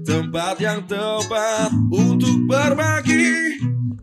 tempat yang tepat untuk berbagi.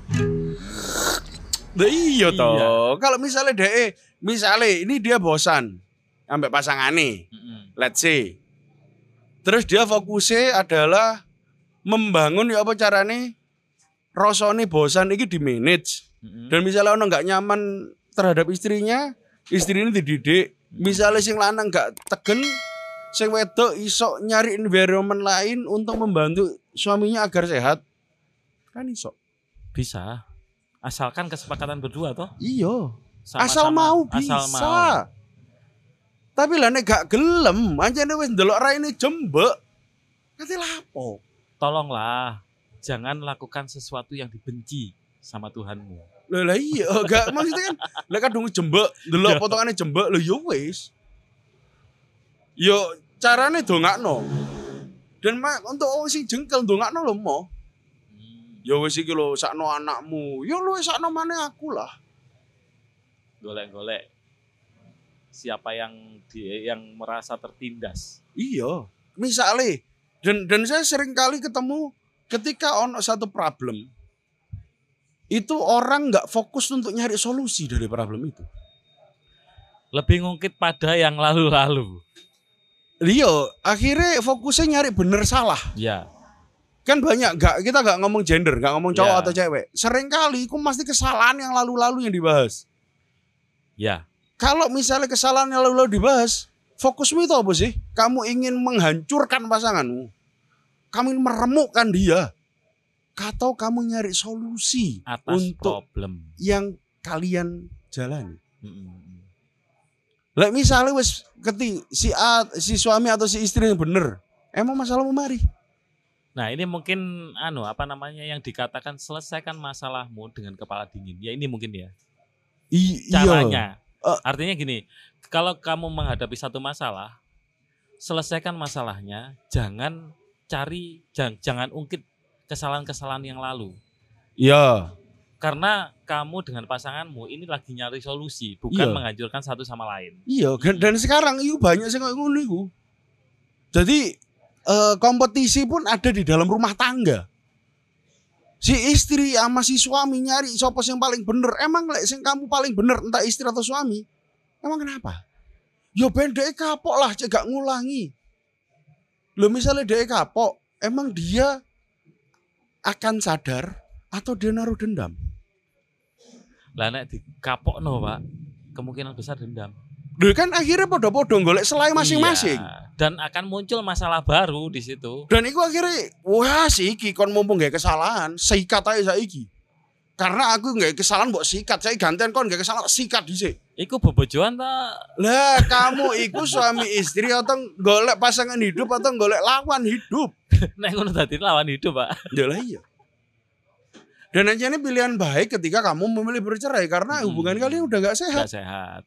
Iya toh. Kalau misalnya ini dia bosan sampai pasangannya, let's say. Terus dia fokusnya adalah membangun ya apa carane rasane bosan iki di manage. Dan misalnya ono nggak nyaman terhadap istrinya dididik. Misalnya sing lanang nggak tegen, sing wedok iso nyari environment lain untuk membantu suaminya agar sehat. Kan iso. Bisa. Asalkan kesepakatan berdua toh? Iya. Sama-sama, asal mau bisa. asal mau. Tapi lah nek gak gelem, anjane wis ndelok raine jembek. Kate lapo? Tolonglah, jangan lakukan sesuatu yang dibenci sama Tuhanmu. Lah iya, gak maksudnya kan lek kadung jembek, ndelok potongane jembek, lho ya wis. Yo carane dongakno. Dan untuk wong sing jengkel dongakno lho mo. Ya wis iki lho sakno anakmu. Ya lu sakno maneh aku lah. Golek-golek siapa yang merasa tertindas. Iya. Misalnya dan saya sering kali ketemu ketika ono satu problem itu orang nggak fokus untuk nyari solusi dari problem itu. Lebih ngungkit pada yang lalu-lalu. Iya, akhirnya fokusnya nyari bener salah. Ya. Kan banyak kita nggak ngomong gender, nggak ngomong cowok Ya. atau cewek. Sering kali itu pasti kesalahan yang lalu-lalu yang dibahas. Ya. Kalau misalnya kesalahan yang lalu-lalu dibahas, fokusmu itu apa sih? Kamu ingin menghancurkan pasanganmu, kamu ingin meremukkan dia, atau kamu nyari solusi Atas untuk problem yang kalian jalani. Lah misalnya wes si suami atau si istri yang bener, emang masalahmu mari. Nah ini mungkin yang dikatakan selesaikan masalahmu dengan kepala dingin. Ya ini mungkin ya caranya. Artinya gini, kalau kamu menghadapi satu masalah, selesaikan masalahnya, jangan ungkit kesalahan-kesalahan yang lalu. Iya. Karena kamu dengan pasanganmu ini lagi nyari solusi, bukan Iya. menghancurkan satu sama lain. Iya, dan sekarang itu banyak sih kayak ngono iku. Jadi kompetisi pun ada di dalam rumah tangga. Si istri sama si suami nyari siapa yang paling bener. Emang lek sing kamu paling bener entah istri atau suami. Emang kenapa? Yo ben dhek kapok lah cek gak ngulangi. Lo misalnya dhek kapok, emang dia akan sadar atau dia naruh dendam? Lah nek dikapokno, Pak, kemungkinan besar dendam. Loh kan akhirnya podo-podo golek selai masing-masing. Iya, dan akan muncul masalah baru di situ. Dan itu akhirnya, wah sih iki kon mumpung gak kesalahan, sikat aja saiki. Karena aku gak kesalahan mbok sikat, saya gantian kon gak kesalahan sikat dhisik. Iku bobojoan ta? Lah kamu iku suami istri atau golek pasangan hidup atau golek lawan hidup? Nek ngono dadi lawan hidup, Pak. Ya lah iya. Dan aja ini pilihan baik ketika kamu memilih bercerai karena hubungan kalian udah gak sehat. Gak sehat.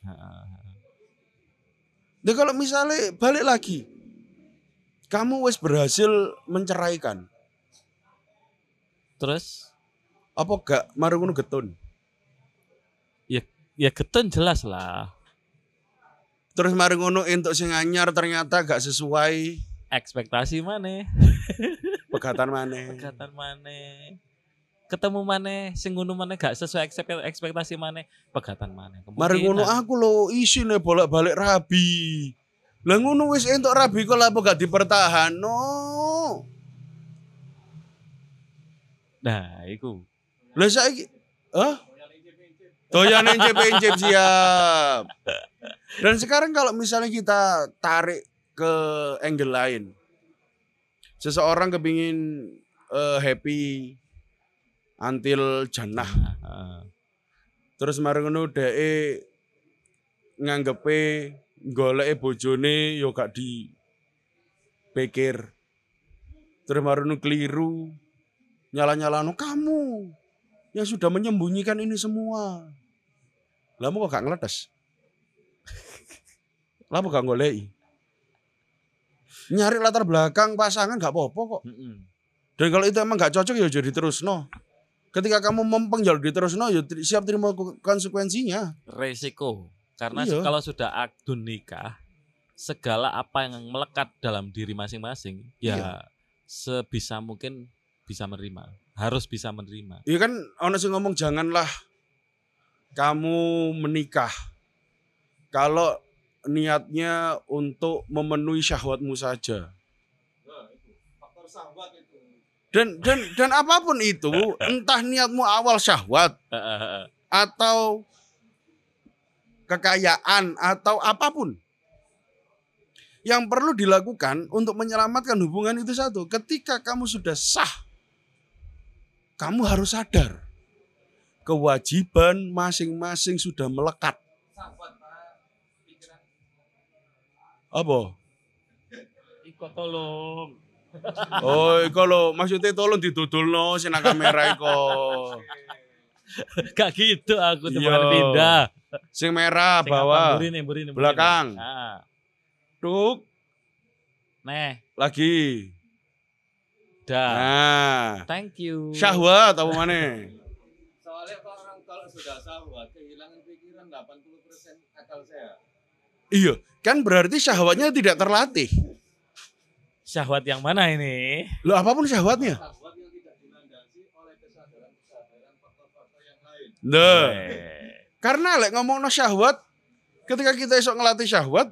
Dan kalau misalnya balik lagi, kamu wes berhasil menceraikan, Terus apa gak marungono getun? ya getun jelas lah. Terus marungono entuk sing anyar ternyata gak sesuai Ekspektasi maneh. pegatan maneh. Pegatan maneh. Ketemu maneh sing ngono maneh gak sesuai ekspektasi maneh, pegatan maneh. Mari ngono aku lho isine bolak-balik rabi. Lah ngono wis entuk rabi kok lha apa gak dipertahanno? Nah, iku. Lah saiki Doyan encep-encep siap. Dan sekarang kalau misalnya kita tarik ke angle lain. Seseorang kepingin happy until jannah. Terus mari ngono dheke nganggepe goleke bojone yo gak dipikir. Terus mari ngono keliru. Nyala-nyalano kamu yang sudah menyembunyikan ini semua. Lah kok gak ngeletes? Lah kok gak goleki? Nyari latar belakang pasangan gak apa-apa kok. Dan kalau itu emang gak cocok ya jadi terusno. Ketika kamu mempeng ya diterusno ya siap terima konsekuensinya. Resiko. Karena Iya. kalau sudah akad nikah, segala apa yang melekat dalam diri masing-masing ya sebisa mungkin bisa menerima, harus bisa menerima. Iya kan ono sing ngomong janganlah kamu menikah kalau niatnya untuk memenuhi syahwatmu saja. Faktor syahwat itu. Dan apapun itu, entah niatmu awal syahwat atau kekayaan atau apapun. Yang perlu dilakukan untuk menyelamatkan hubungan itu satu. Ketika kamu sudah sah, kamu harus sadar. Kewajiban masing-masing sudah melekat. Apa? Iko tolong. Oh, iko lho, maksudnya tolong didudulno sing nang kamera iko. Gak gitu aku Iya. teman pindah. Sing merah Sing bawah. apa? Burine. Belakang. Nah, Duk, neh, lagi. dah. Nah, Thank you. syahwat apa maneh? Soalnya orang kalau sudah syahwat kehilangan pikiran 80% akal sehat. Iya, kan berarti syahwatnya tidak terlatih. Syahwat yang mana ini? Loh, apapun syahwatnya. Syahwat yang tidak dilandasi oleh kesadaran-kesadaran faktor-faktor yang lain. Nah, karena lek ngomongno syahwat, ketika kita esok ngelatih syahwat,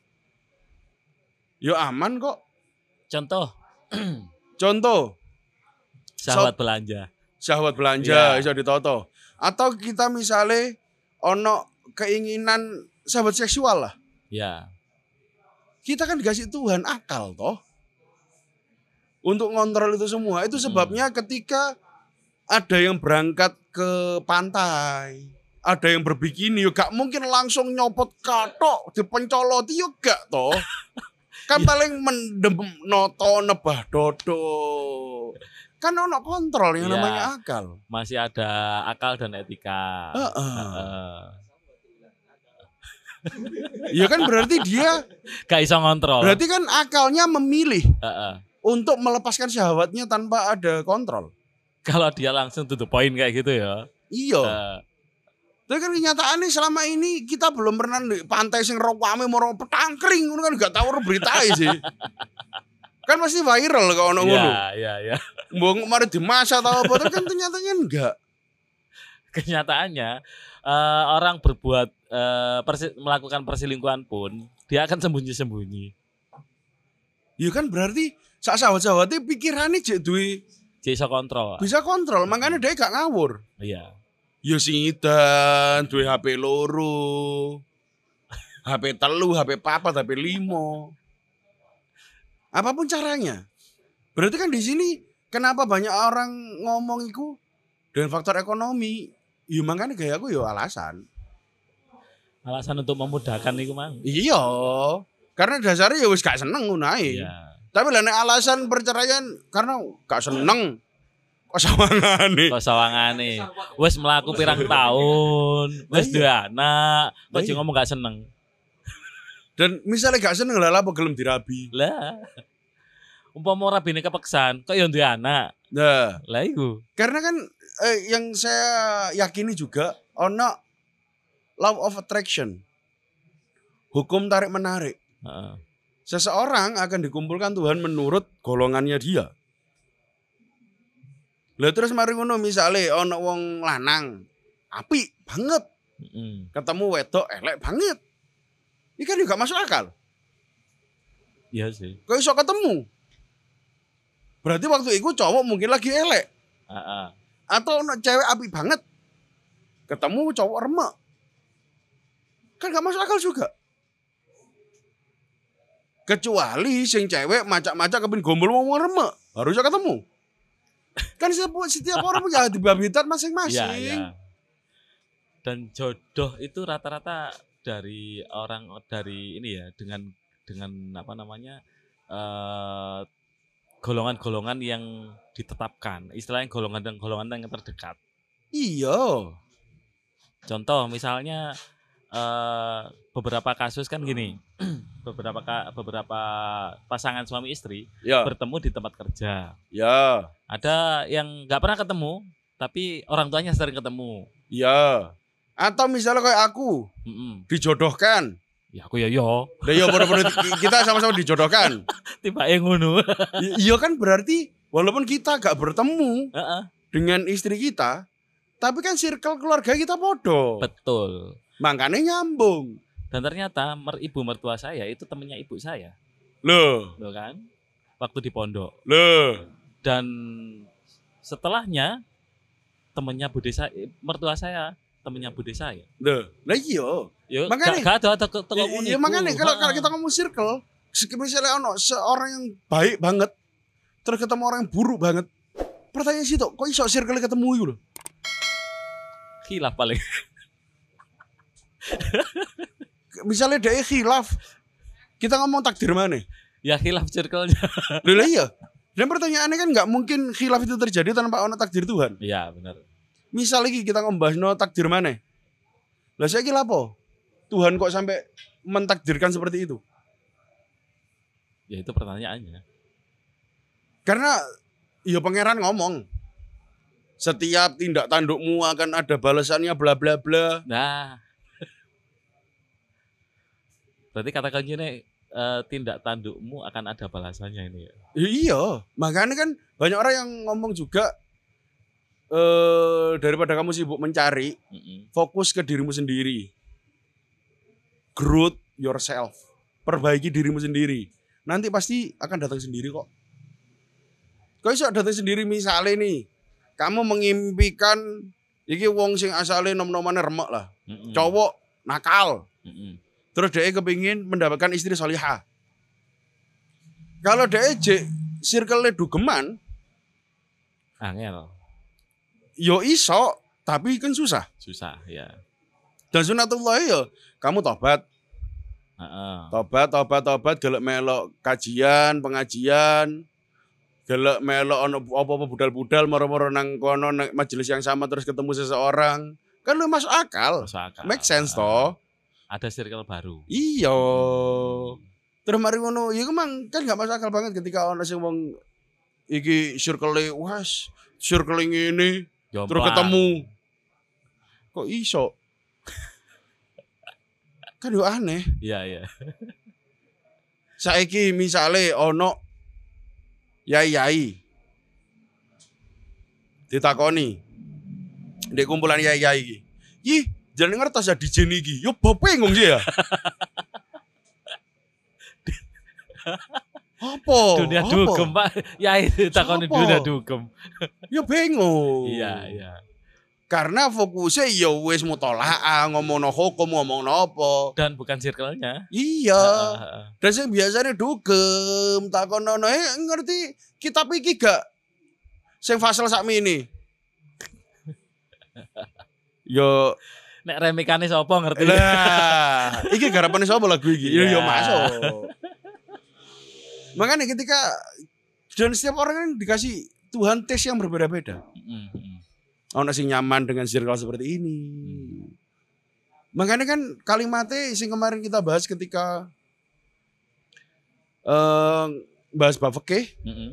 yo aman kok. Contoh, Contoh, syahwat belanja. syahwat belanja Ya. iso ditoto. Atau kita misalnya ono keinginan syahwat seksual lah. Ya. Kita kan dikasih Tuhan akal toh. Untuk ngontrol itu semua. Itu sebabnya ketika ada yang berangkat ke pantai, ada yang berbikini, yo gak mungkin langsung nyopot katok dipencoloti yo gak toh. Kan paling mendem noto nebah dodo. Kan ono kontrol yang Iya. namanya akal. Masih ada akal dan etika. Heeh. Ya kan berarti dia, Gak iso ngontrol. berarti kan akalnya memilih Heeh. untuk melepaskan syahwatnya tanpa ada kontrol. Kalau dia langsung to the point kayak gitu ya. Iya. Eh, Tapi kan kenyataannya selama ini kita belum pernah di pantai sing rame mau petangkring, ngono kan gak tahu berita sih. Kan pasti viral kalau ono ngono. Iya. Mbok kemarin di masa atau apa, tapi kan ternyatanya enggak. Kenyataannya orang berbuat melakukan perselingkuhan pun dia akan sembunyi-sembunyi. Ya kan berarti sak sawat-sawate pikirannya jek duwe Dia iso kontrol. bisa kontrol, makanya dia gak ngawur. Iya. Ya singidan, duwe HP loro. HP telu, HP papat, HP 5. Apapun caranya. Berarti kan di sini kenapa banyak orang ngomong iku dengan faktor ekonomi? Ya makanya gaya aku ya alasan. Alasan untuk memudahkan itu mang. Iya. Karena dasarnya ya wis gak seneng ngono ae. Iya. Tapi lah nek alasan perceraian karena gak seneng kok sawangane. Kok sawangane. Wes melaku pirang tahun, wes duwe anak, kok Lah sing iya. ngomong gak seneng. Dan misalnya gak seneng lah apa gelem dirabi. Lah. Umpama rabine kepeksan, kok ya duwe anak. Nah, Lah iku. karena kan yang saya yakini juga ono law of attraction. Hukum tarik menarik. Heeh. Seseorang akan dikumpulkan Tuhan menurut golongannya dia. Lah terus mari ngono misale ono wong lanang apik banget, Heeh. ketemu wedok elek banget. Ini kan juga masuk akal. Iya sih. Kok iso ketemu? Berarti waktu itu cowok mungkin lagi elek. Heeh. Atau ono cewek apik banget, ketemu cowok remek. Kan gak masuk akal juga. Kecuali sing cewek macak-macak kepin gombol wong remek, harusnya ketemu. Kan setiap orang punya habitat masing-masing. Iya. Dan jodoh itu rata-rata dari orang dari ini ya dengan apa namanya golongan-golongan yang ditetapkan, istilahnya golongan yang terdekat. Iya. Contoh misalnya beberapa kasus kan gini, beberapa pasangan suami istri Ya. bertemu di tempat kerja. Ya. Ada yang nggak pernah ketemu, tapi orang tuanya sering ketemu. Ya. Atau misalnya kayak aku Mm-mm. dijodohkan Ya aku ya yo. Lah iya padha-padha kita sama-sama dijodohkan. Tibake ngono. Iya kan berarti walaupun kita gak bertemu Heeh. dengan istri kita, tapi kan circle keluarga kita podo. Betul. Makanya nyambung. Dan ternyata ibu mertua saya itu temennya ibu saya. Loh kan? Waktu di pondok. loh. Dan setelahnya temennya bude saya, mertua saya, temennya bude saya. Loh, lah iya. Yo, Makanya- gak ada teko Iya makanya kalau kita ngomong circle, misalnya ono seorang yang baik banget, terus ketemu orang yang buruk banget. Pertanyaan sih kok iso circle ketemu itu loh? khilaf paling. Misalnya dia khilaf, kita ngomong takdir mana? Ya khilaf circle-nya. Loh lah iya. Dan pertanyaannya kan nggak mungkin khilaf itu terjadi tanpa ono takdir Tuhan. Iya, benar. Misal lagi kita ngebahas no takdir mana? Lah saya kira apa? Tuhan kok sampai mentakdirkan seperti itu? Ya itu pertanyaannya. Karena ya pangeran ngomong setiap tindak tandukmu akan ada balasannya bla bla bla. Nah. Berarti katakan gini, tindak tandukmu akan ada balasannya ini ya. Iya, makanya kan banyak orang yang ngomong juga daripada kamu sibuk mencari, fokus ke dirimu sendiri. Growth yourself. Perbaiki dirimu sendiri. Nanti pasti akan datang sendiri kok. Kok iso datang sendiri misalnya nih, kamu mengimpikan iki wong sing asale nom-nomane remek lah. Cowok nakal. Terus dia kepingin mendapatkan istri solihah. Kalau dia circle-nya dugeman, Angel. yo iso, tapi kan susah. Susah ya. Dan sunatullah ya, kamu tobat, Heeh. tobat, gelek melok kajian, pengajian, gelek melok ono apa-apa budal-budal, moro-moro nang kono nang majelis yang sama terus ketemu seseorang, kan lu masuk akal, Masuk akal. make sense toh. Ada circle baru. Iya. Terus mari ngono, ya emang kan gak masuk akal banget ketika ono sing wong iki circle-e was, circle ngene, terus Jomplang. ketemu. Kok iso? Kan yo aneh. Iya, iya. Saiki misale ono yai-yai ditakoni di kumpulan yai-yai iki. Ih, jangan ngertos ya DJ iki. Yo bingung sih ya. Apa? Dunia Apa? dugem, Pak. Ya itu takoni Siapa? dunia dugem. Yo bingung. Iya, iya. Karena fokusnya ya wis mutolaah, ngomongno hukum, ngomongno apa. Dan bukan circle-nya. Iya. Heeh. Dan sing biasanya dugem, takonono ngerti kitab iki gak sing fasal sakmene. Yo Nek remikane sapa ngerti? lah, iki garapane sapa lagu iki? Yo Iya. masuk. Makanya ketika dan setiap orang kan dikasih Tuhan tes yang berbeda-beda. Ono sing nyaman dengan circle seperti ini. Makanya kan kalimatnya sing kemarin kita bahas ketika bahas bab fikih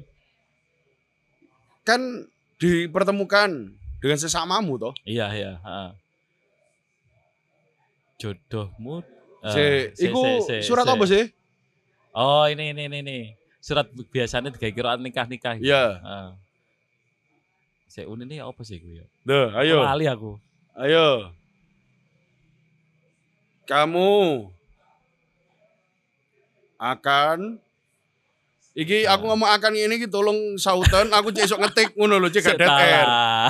kan dipertemukan dengan sesamamu toh. Iya, iya, heeh. Jodohmu Iku surat apa sih? Oh, ini. Surat biasanya digawe nikah-nikah. Iya. Heeh. Saya ini apa sih gue ya? Duh, ayo. Lali aku. Ayo. Kamu akan iki aku ngomong akan ini iki tolong sautan aku cek esok ngetik ngono lho cek gak dead.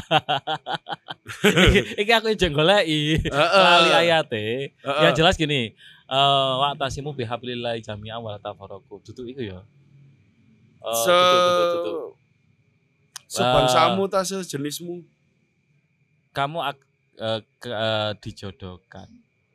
Iki aku jeneng goleki. Lali ayate. Yang jelas gini, wa tasimu bihablillahi jami'an wa la tafarraqu. Dudu iku ya. Tutup. Sebangsamu ta sejenismu. Kamu dijodohkan.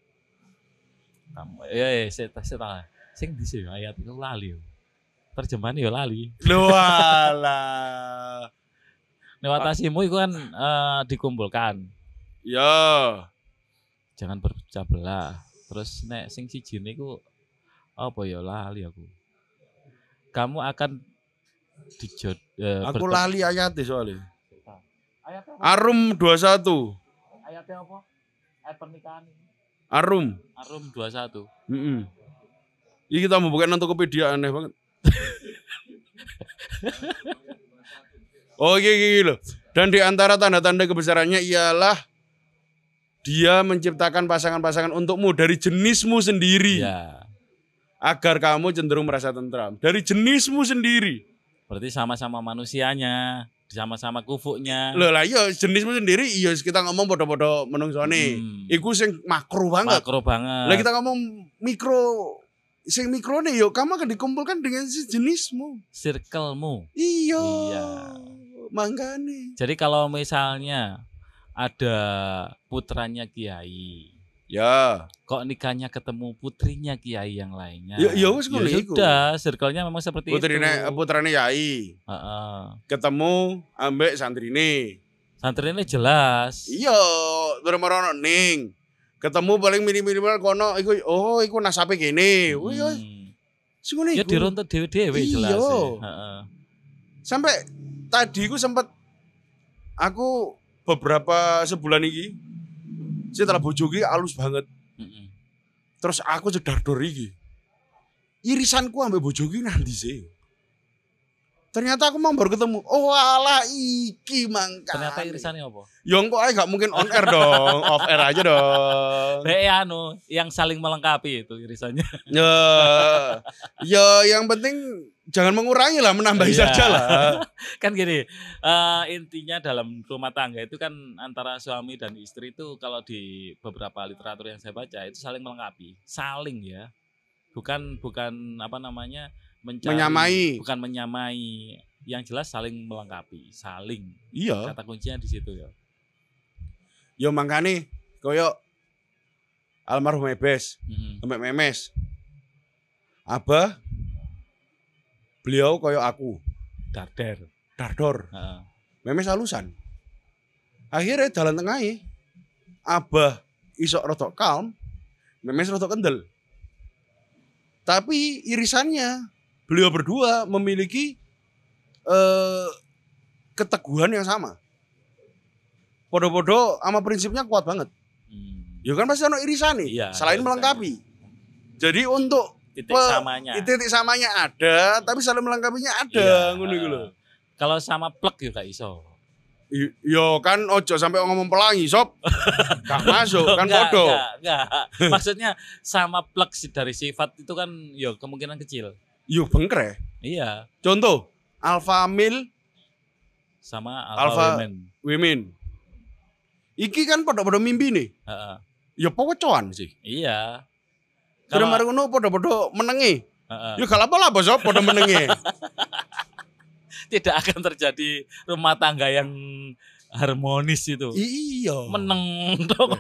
Kamu saya sing dise ayat itu lali. Terjemahannya ya lali. Lho alah. Newatasimu itu kan dikumpulkan. Ya. Jangan berpecah belah. Terus nek sing siji niku apa ya lali aku. Kamu akan Aku lali ayatnya soalnya. Ayatnya apa? Arum 21. Ayatnya apa? Ayat pernikahan. Arum. Arum 21. Heeh. Ini kita mau buka Tokopedia aneh banget. Oh iya loh. Dan di antara tanda-tanda kebesarannya ialah dia menciptakan pasangan-pasangan untukmu dari jenismu sendiri. Ya. Agar kamu cenderung merasa tentram. Dari jenismu sendiri. Berarti sama-sama manusianya, sama-sama kufuknya. Loh lah iya jenismu sendiri iya kita ngomong podo-podo menungsone. Iku sing makro banget. Makro banget. Lah kita ngomong mikro sing mikro nih yo kamu akan dikumpulkan dengan si jenismu. Circlemu. Iya. Iya. Manggane. Jadi kalau misalnya ada putranya kiai, Ya. kok nikahnya ketemu putrinya kiai yang lainnya. Ya wis ngono iku. Sudah, circle-nya memang seperti itu. Putrane yai. Heeh. Ketemu ambek santrine. Santrinya jelas. Iya, bener-bener ning. Ketemu paling minimal kono iku iku nasabe kene. Oh iya. Sing ngono Ya iku. dirontok dhewe-dhewe jelas. Iya. Heeh. Sampai tadi aku sempat aku beberapa sebulan iki setelah bojoku halus banget. Terus aku cedar dor iki. Irisanku ambek bojoku nanti sih. Ternyata aku mau baru ketemu. Oh alah iki mangka. Ternyata irisannya apa? Ya kok ae gak mungkin on air dong, off air aja dong. Yang saling melengkapi itu irisannya. Ya yang penting jangan mengurangi lah, menambahi Iya. saja lah. Kan gini, intinya dalam rumah tangga itu kan antara suami dan istri itu kalau di beberapa literatur yang saya baca itu saling melengkapi, saling ya, bukan apa namanya mencari, Menyamai. bukan menyamai, yang jelas saling melengkapi, saling. Iya. Kata kuncinya di situ ya. Yo makane koyo almarhum Ebes, Mm-mm. Mbak Memes. Abah beliau koyo aku, Darder. dardor. Heeh. Memes halusan. Akhirnya dalan tengahe Abah isok rodok kalm, Memes rodok kendel. Tapi irisannya beliau berdua memiliki keteguhan yang sama. Podo-podo sama prinsipnya kuat banget. Ya kan pasti ada irisan nih, Iya, selain ada melengkapi. Jadi untuk Titik samanya. titik samanya ada, tapi saling melengkapinya ada. Iya. Ngono iku lho. Kalau sama plek juga iso. Yo kan ojo sampai ngomong pelangi sob. Gak masuk kan podo. Enggak. Maksudnya sama plek dari sifat itu kan yo kemungkinan kecil. Yo bengkre. Iya. Contoh alpha male Sama Alpha alpha women. women. Iki kan podo-podo mimpi nih. Heeh. Ya pokocoan sih. Iya. Kalau Kalau mari ngono podo-podo menengi. heeh, Ya gak apa-apa sob podo menengi. tidak akan terjadi rumah tangga yang harmonis itu. Iya. Meneng dong.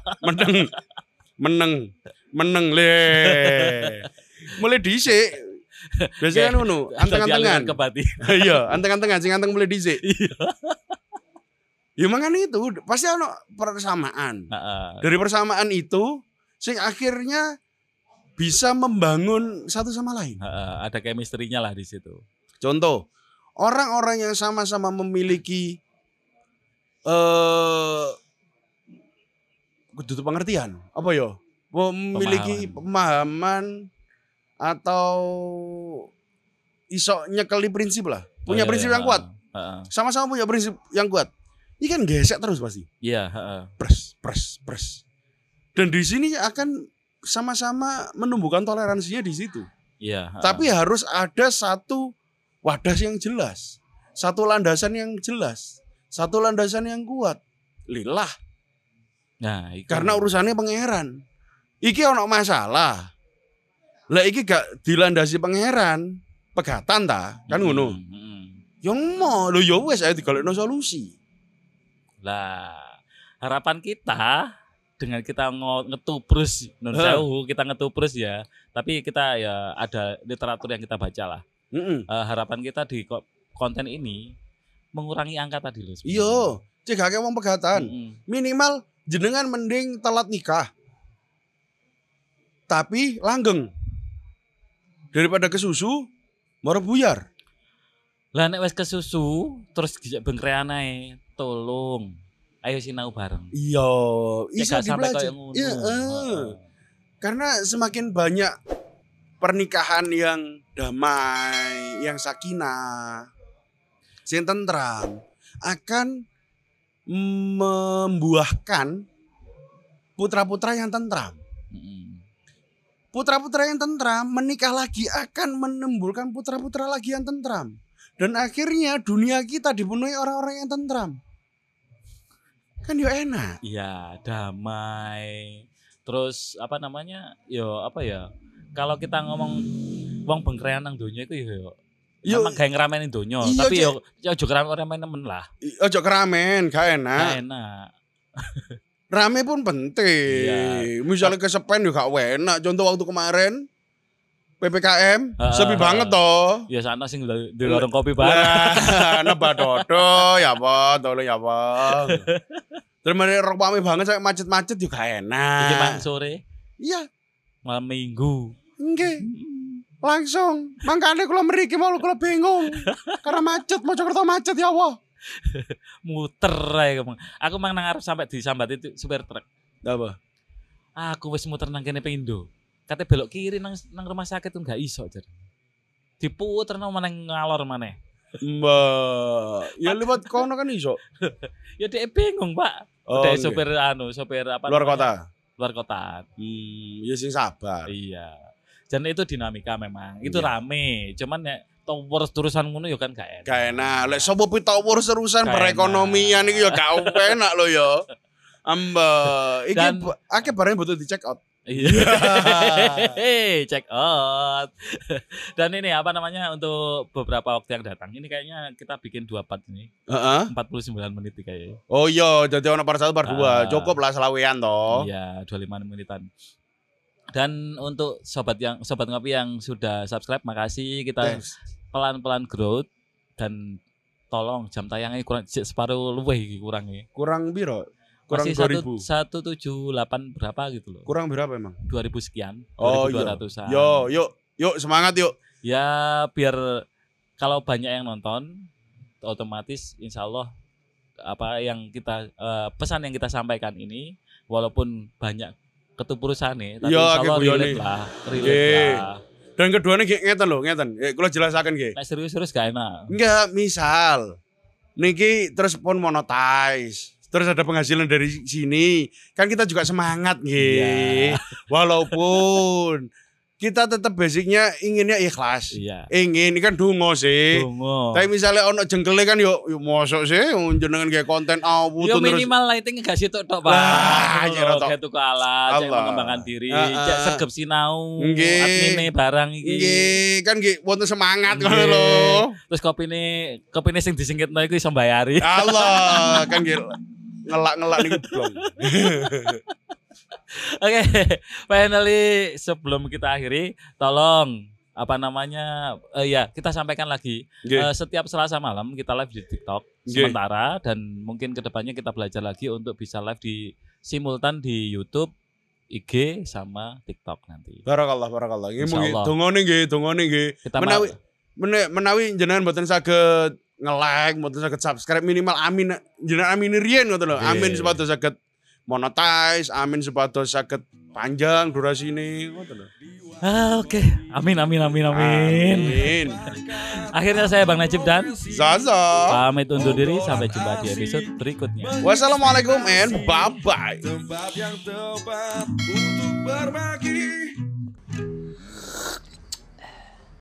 Meneng le. Mulai dhisik. Biasanya kan ngono, anteng-antengan. Kebatinan. Iya, anteng-antengan sing anteng mulai dhisik. Iya. Ya makanya itu pasti ono persamaan. Heeh. Dari persamaan itu sing akhirnya bisa membangun satu sama lain. Heeh, ada chemistry-nya lah di situ. Contoh, orang-orang yang sama-sama memiliki kudu pengertian, apa ya? Memiliki pemahaman atau iso nyekeli prinsip lah. Punya prinsip yang kuat. Heeh. Sama-sama punya prinsip yang kuat. Ini kan gesek terus pasti. Iya, heeh. Pres. Dan di sini akan sama-sama menumbuhkan toleransinya di situ. Iya, heeh. Tapi harus ada satu wadah yang jelas, satu landasan yang jelas, satu landasan yang kuat. Lillah. Nah, itu. Karena urusannya pangeran. Iki ono masalah. Lah iki gak dilandasi pangeran, pegatan ta? Kan ngono. Yang mau lo ya wes ayo digolekno solusi. Lah, harapan kita dengan kita ngetubrus non sewu, kita ngetubrus ya. Tapi kita ya ada literatur yang kita baca lah. Harapan kita di konten ini mengurangi angka tadi loh. Iya, cegake wong pegatan. Minimal jenengan mending telat nikah. Tapi langgeng. Daripada kesusu, moro buyar. Lah nek wis kesusu terus dijak bengkrean ae, tolong Ayo sinau bareng. Iya, Iso sampai dipelajari. kayak ngono. Iya, karena semakin banyak pernikahan yang damai, yang sakinah, yang tentram akan membuahkan putra-putra yang tentram. Putra-putra yang tentram menikah lagi akan menimbulkan putra-putra lagi yang tentram. Dan akhirnya dunia kita dipenuhi orang-orang yang tentram. Kan yo enak. Iya, damai. Terus apa namanya? Yo apa ya? Kalau kita ngomong wong bengkrean nang donya iku yo emang gawe ngrameni donya, tapi yo aja ngrameni nemen lah. Ojo keramen, gak enak. Gak enak. Rame pun penting. Iya. Misalnya kesepen yo gak enak. Contoh waktu kemarin PPKM sepi banget toh. Ya sana sing di warung kopi bareng. Nebak dodo ya apa, tolong ya apa. Terus mari rok pame banget sampai macet-macet juga enak. Iki mang sore, Iya, malam Minggu. nggih. Langsung. Makanya kula mriki mau kula bingung. Karena macet, Mojokerto macet ya Allah. Muter ae Mang. Aku mang nang arep sampai disambat itu supir truk. Apa? Aku wis muter nang kene Pindho. Kate belok kiri nang rumah sakit tuh enggak iso jar. Diputer nang maneh ngalor maneh. Mbak, ya lewat kono kan iso. Ya dhek bingung, Pak. Oh, Dhek nggih. sopir apa Luar namanya? kota. Luar kota. Ya sing sabar. Iya. Dan itu dinamika memang. Itu Iya. rame. Cuman ya tower terusan ngono ya kan gak enak. Gak enak. Lek sapa pitawur serusan Gak perekonomian iki ya gak enak lho ya. Mbak, iki Dan- akeh barang butuh di check out. Iya. Check out. Dan ini apa namanya untuk beberapa waktu yang datang. Ini kayaknya kita bikin 2 part ini. Heeh. 49 menit nih kayaknya. Oh iya, jadi ono part 1 part 2. Ah. Cukup lah selawean toh. Iya, 25 menitan. Dan untuk sobat ngopi yang sudah subscribe, makasih. Kita Thanks. pelan-pelan growth dan tolong jam tayangnya kurang separuh luwih iki kurangnya. Kurang biro? Kurang Masih 2000. 178 berapa gitu loh. Kurang berapa emang? 2000 sekian, Oh iya. 2200-an. Yuk semangat yuk. Ya biar kalau banyak yang nonton otomatis insya Allah apa yang kita pesan yang kita sampaikan ini walaupun banyak ketupurusan tapi Ya, insya Allah keguyone. relate lah, Nggih. lah. Dan keduanya ngeten lho, ngeten. Kula jelasaken nggih. Nek serius-serius gak enak. Enggak, misal niki terus pun monetize. Terus ada penghasilan dari sini. Kan kita juga semangat nggih. Iya. Walaupun kita tetap basicnya inginnya ikhlas. Iya. Ingin, ini kan dungo sih. Tunggu. Tapi misalnya ono jengkele kan yuk mosok sih jenengan kayak konten Yo terus. minimal lighting gak situ tok, Pak. Lah, nyerot tok. Kayak tuku alat, cek Allah. mengembangkan diri, Heeh. cek sergap sinau, Nggih. admine barang iki. Nggih, kan nggih wonten semangat Nggih. ngono lho. Terus kopine sing disingkitno iku iso mbayari. Allah, kan nggih ngelak-ngelak niku blong. Oke, finally sebelum kita akhiri, tolong apa namanya? Ya, kita sampaikan lagi. Nggih. Setiap Selasa malam kita live di TikTok Nggih. sementara dan mungkin kedepannya kita belajar lagi untuk bisa live di simultan di YouTube, IG sama TikTok nanti. Barakallah. Nggih mugi Insyaallah. dongone nggih. Kita Menawi jenengan mboten saged nge-like, mboten saged subscribe minimal amin jenengan amin riyen ngoten lho. Nggih. Amin supados saged monetize, amin supados saged panjang durasine ngoten lho. Oke. Amin. Amin. Akhirnya saya Bang Najib dan Zaza. pamit undur diri sampai jumpa di episode berikutnya. Wassalamualaikum and bye bye. Tempat yang tepat untuk berbagi.